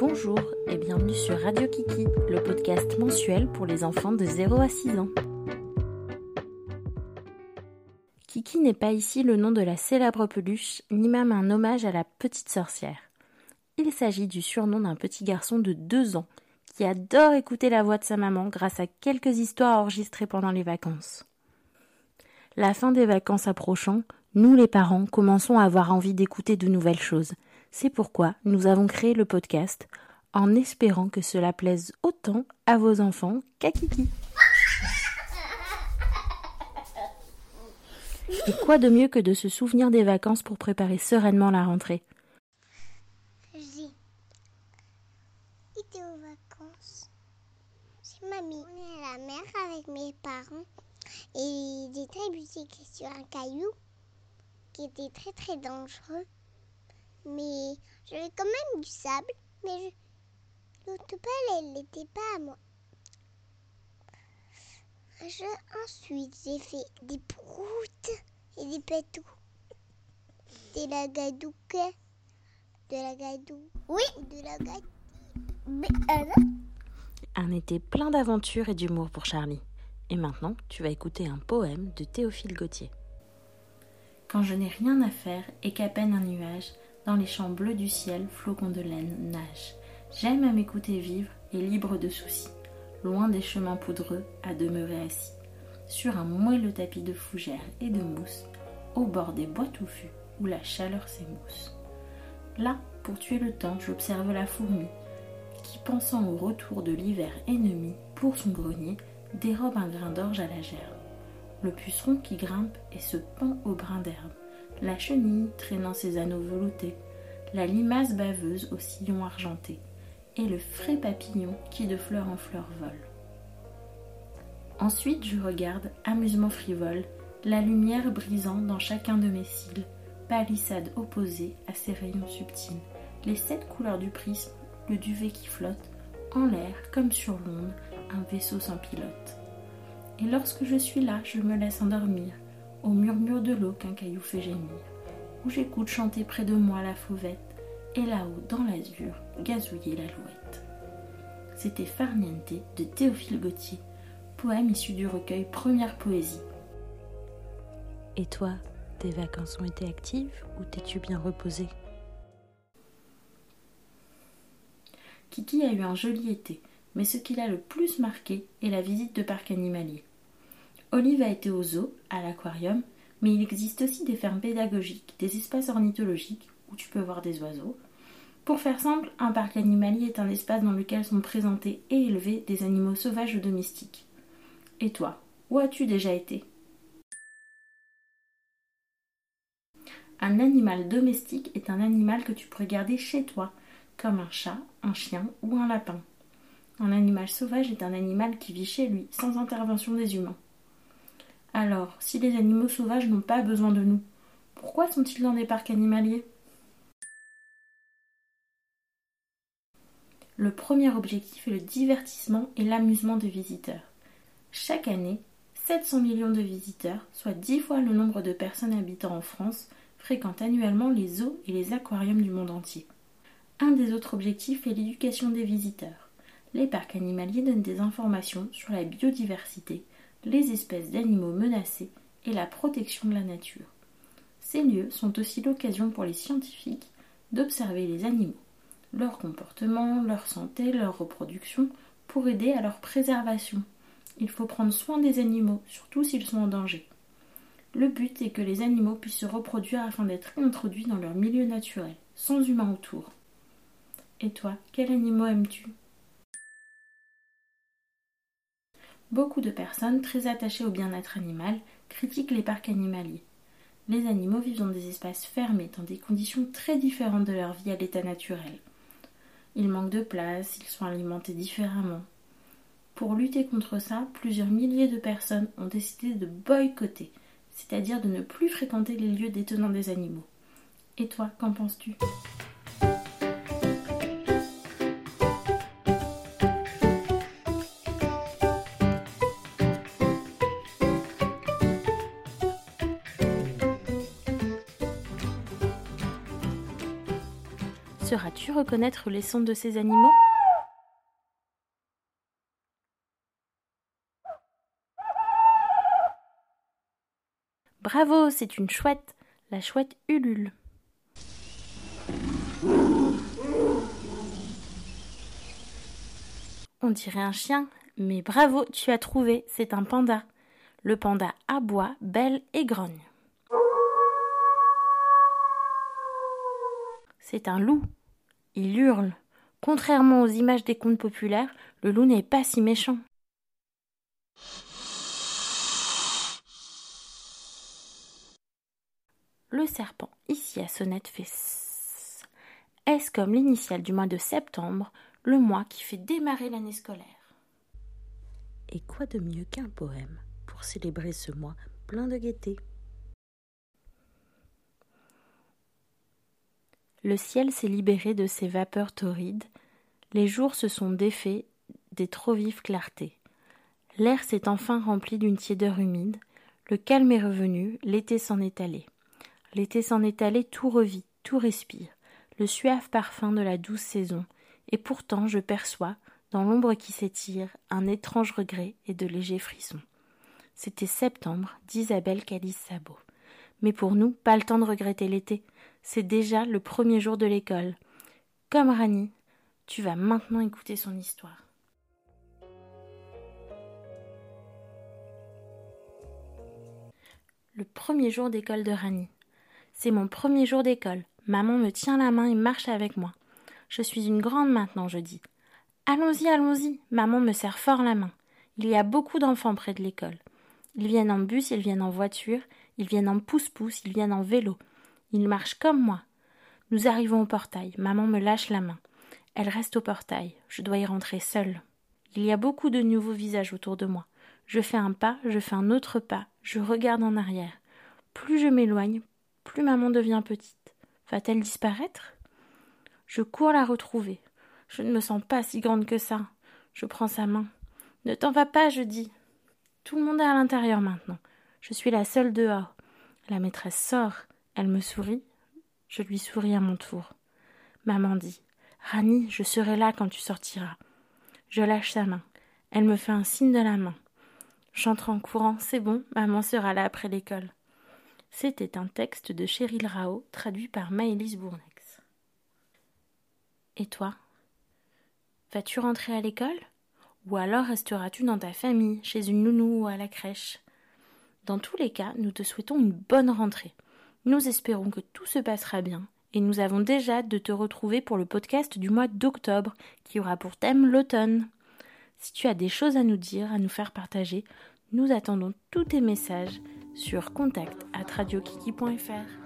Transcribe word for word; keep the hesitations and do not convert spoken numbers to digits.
Bonjour et bienvenue sur Radio Kiki, le podcast mensuel pour les enfants de zéro à six ans. Kiki n'est pas ici le nom de la célèbre peluche, ni même un hommage à la petite sorcière. Il s'agit du surnom d'un petit garçon de deux ans qui adore écouter la voix de sa maman grâce à quelques histoires enregistrées pendant les vacances. La fin des vacances approchant, nous les parents commençons à avoir envie d'écouter de nouvelles choses. C'est pourquoi nous avons créé le podcast en espérant que cela plaise autant à vos enfants qu'à Kiki. Et quoi de mieux que de se souvenir des vacances pour préparer sereinement la rentrée? J'ai été aux vacances chez mamie. On est à la mer avec mes parents et j'ai trébuché sur un caillou qui était très très dangereux. Mais j'avais quand même du sable, mais je... l'autre pelle, elle n'était pas à moi. Je... Ensuite, j'ai fait des proutes et des pétous. De la gadouque. De la gadoue. Oui. De la gadoue. Mais alors... Un été plein d'aventures et d'humour pour Charlie. Et maintenant, tu vas écouter un poème de Théophile Gautier. Quand je n'ai rien à faire et qu'à peine un nuage, dans les champs bleus du ciel, flocons de laine nagent. J'aime à m'écouter vivre et libre de soucis, loin des chemins poudreux à demeurer assis, sur un moelleux tapis de fougères et de mousse, au bord des bois touffus où la chaleur s'émousse. Là, pour tuer le temps, j'observe la fourmi, qui pensant au retour de l'hiver ennemi, pour son grenier, dérobe un grain d'orge à la gerbe. Le puceron qui grimpe et se pend au brin d'herbe, la chenille traînant ses anneaux veloutés, la limace baveuse au sillon argenté, et le frais papillon qui de fleur en fleur vole. Ensuite je regarde, amusement frivole, la lumière brisant dans chacun de mes cils, palissade opposée à ses rayons subtils, les sept couleurs du prisme, le duvet qui flotte, en l'air comme sur l'onde, un vaisseau sans pilote. Et lorsque je suis là, je me laisse endormir, au murmure de l'eau qu'un caillou fait gémir, où j'écoute chanter près de moi la fauvette, et là-haut, dans l'azur, gazouiller l'alouette. C'était Farniente de Théophile Gautier, poème issu du recueil Première Poésie. Et toi, tes vacances ont été actives ou t'es-tu bien reposé? Kiki a eu un joli été, mais ce qui l'a le plus marqué est la visite de parcs animaliers. Olive a été au zoo, à l'aquarium, mais il existe aussi des fermes pédagogiques, des espaces ornithologiques où tu peux voir des oiseaux. Pour faire simple, un parc animalier est un espace dans lequel sont présentés et élevés des animaux sauvages ou domestiques. Et toi, où as-tu déjà été? Un animal domestique est un animal que tu pourrais garder chez toi, comme un chat, un chien ou un lapin. Un animal sauvage est un animal qui vit chez lui, sans intervention des humains. Alors, si les animaux sauvages n'ont pas besoin de nous, pourquoi sont-ils dans des parcs animaliers? Le premier objectif est le divertissement et l'amusement des visiteurs. Chaque année, sept cents millions de visiteurs, soit dix fois le nombre de personnes habitant en France, fréquentent annuellement les zoos et les aquariums du monde entier. Un des autres objectifs est l'éducation des visiteurs. Les parcs animaliers donnent des informations sur la biodiversité, les espèces d'animaux menacés et la protection de la nature. Ces lieux sont aussi l'occasion pour les scientifiques d'observer les animaux, leur comportement, leur santé, leur reproduction, pour aider à leur préservation. Il faut prendre soin des animaux, surtout s'ils sont en danger. Le but est que les animaux puissent se reproduire afin d'être introduits dans leur milieu naturel, sans humains autour. Et toi, quels animaux aimes-tu ? Beaucoup de personnes très attachées au bien-être animal critiquent les parcs animaliers. Les animaux vivent dans des espaces fermés, dans des conditions très différentes de leur vie à l'état naturel. Ils manquent de place, ils sont alimentés différemment. Pour lutter contre ça, plusieurs milliers de personnes ont décidé de boycotter, c'est-à-dire de ne plus fréquenter les lieux détenant des animaux. Et toi, qu'en penses-tu ? Sauras-tu reconnaître les sons de ces animaux ? Bravo, c'est une chouette, la chouette Ulule. On dirait un chien, mais bravo, tu as trouvé, c'est un panda. Le panda aboie, bêle et grogne. C'est un loup. Il hurle. Contrairement aux images des contes populaires, le loup n'est pas si méchant. Le serpent, ici à sonnette, fait S. S comme l'initiale du mois de septembre, le mois qui fait démarrer l'année scolaire. Et quoi de mieux qu'un poème pour célébrer ce mois plein de gaieté ? Le ciel s'est libéré de ses vapeurs torrides, les jours se sont défaits des trop vives clartés. L'air s'est enfin rempli d'une tiédeur humide, le calme est revenu, l'été s'en est allé. L'été s'en est allé, tout revit, tout respire, le suave parfum de la douce saison, et pourtant je perçois, dans l'ombre qui s'étire, un étrange regret et de légers frissons. C'était septembre, d'Isabelle Calice Sabot. Mais pour nous, pas le temps de regretter l'été, c'est déjà le premier jour de l'école. Comme Rani, tu vas maintenant écouter son histoire. Le premier jour d'école de Rani. C'est mon premier jour d'école. Maman me tient la main et marche avec moi. Je suis une grande maintenant, je dis. Allons-y, allons-y. Maman me serre fort la main. Il y a beaucoup d'enfants près de l'école. Ils viennent en bus, ils viennent en voiture, ils viennent en pousse-pousse, ils viennent en vélo. Ils marchent comme moi. Nous arrivons au portail. Maman me lâche la main. Elle reste au portail. Je dois y rentrer seule. Il y a beaucoup de nouveaux visages autour de moi. Je fais un pas, je fais un autre pas, je regarde en arrière. Plus je m'éloigne, plus maman devient petite. Va-t-elle disparaître ? Je cours la retrouver. Je ne me sens pas si grande que ça. Je prends sa main. Ne t'en va pas, je dis. Tout le monde est à l'intérieur maintenant. Je suis la seule dehors. La maîtresse sort. Elle me sourit. Je lui souris à mon tour. Maman dit « Rani, je serai là quand tu sortiras. » Je lâche sa main. Elle me fait un signe de la main. J'entre en courant. C'est bon, maman sera là après l'école. C'était un texte de Cheryl Rao, traduit par Maëlys Bournex. Et toi ? Vas-tu rentrer à l'école ? Ou alors resteras-tu dans ta famille, chez une nounou ou à la crèche ? Dans tous les cas, nous te souhaitons une bonne rentrée. Nous espérons que tout se passera bien et nous avons déjà hâte de te retrouver pour le podcast du mois d'octobre qui aura pour thème l'automne. Si tu as des choses à nous dire, à nous faire partager, nous attendons tous tes messages sur contact arobase radiokiki point f r.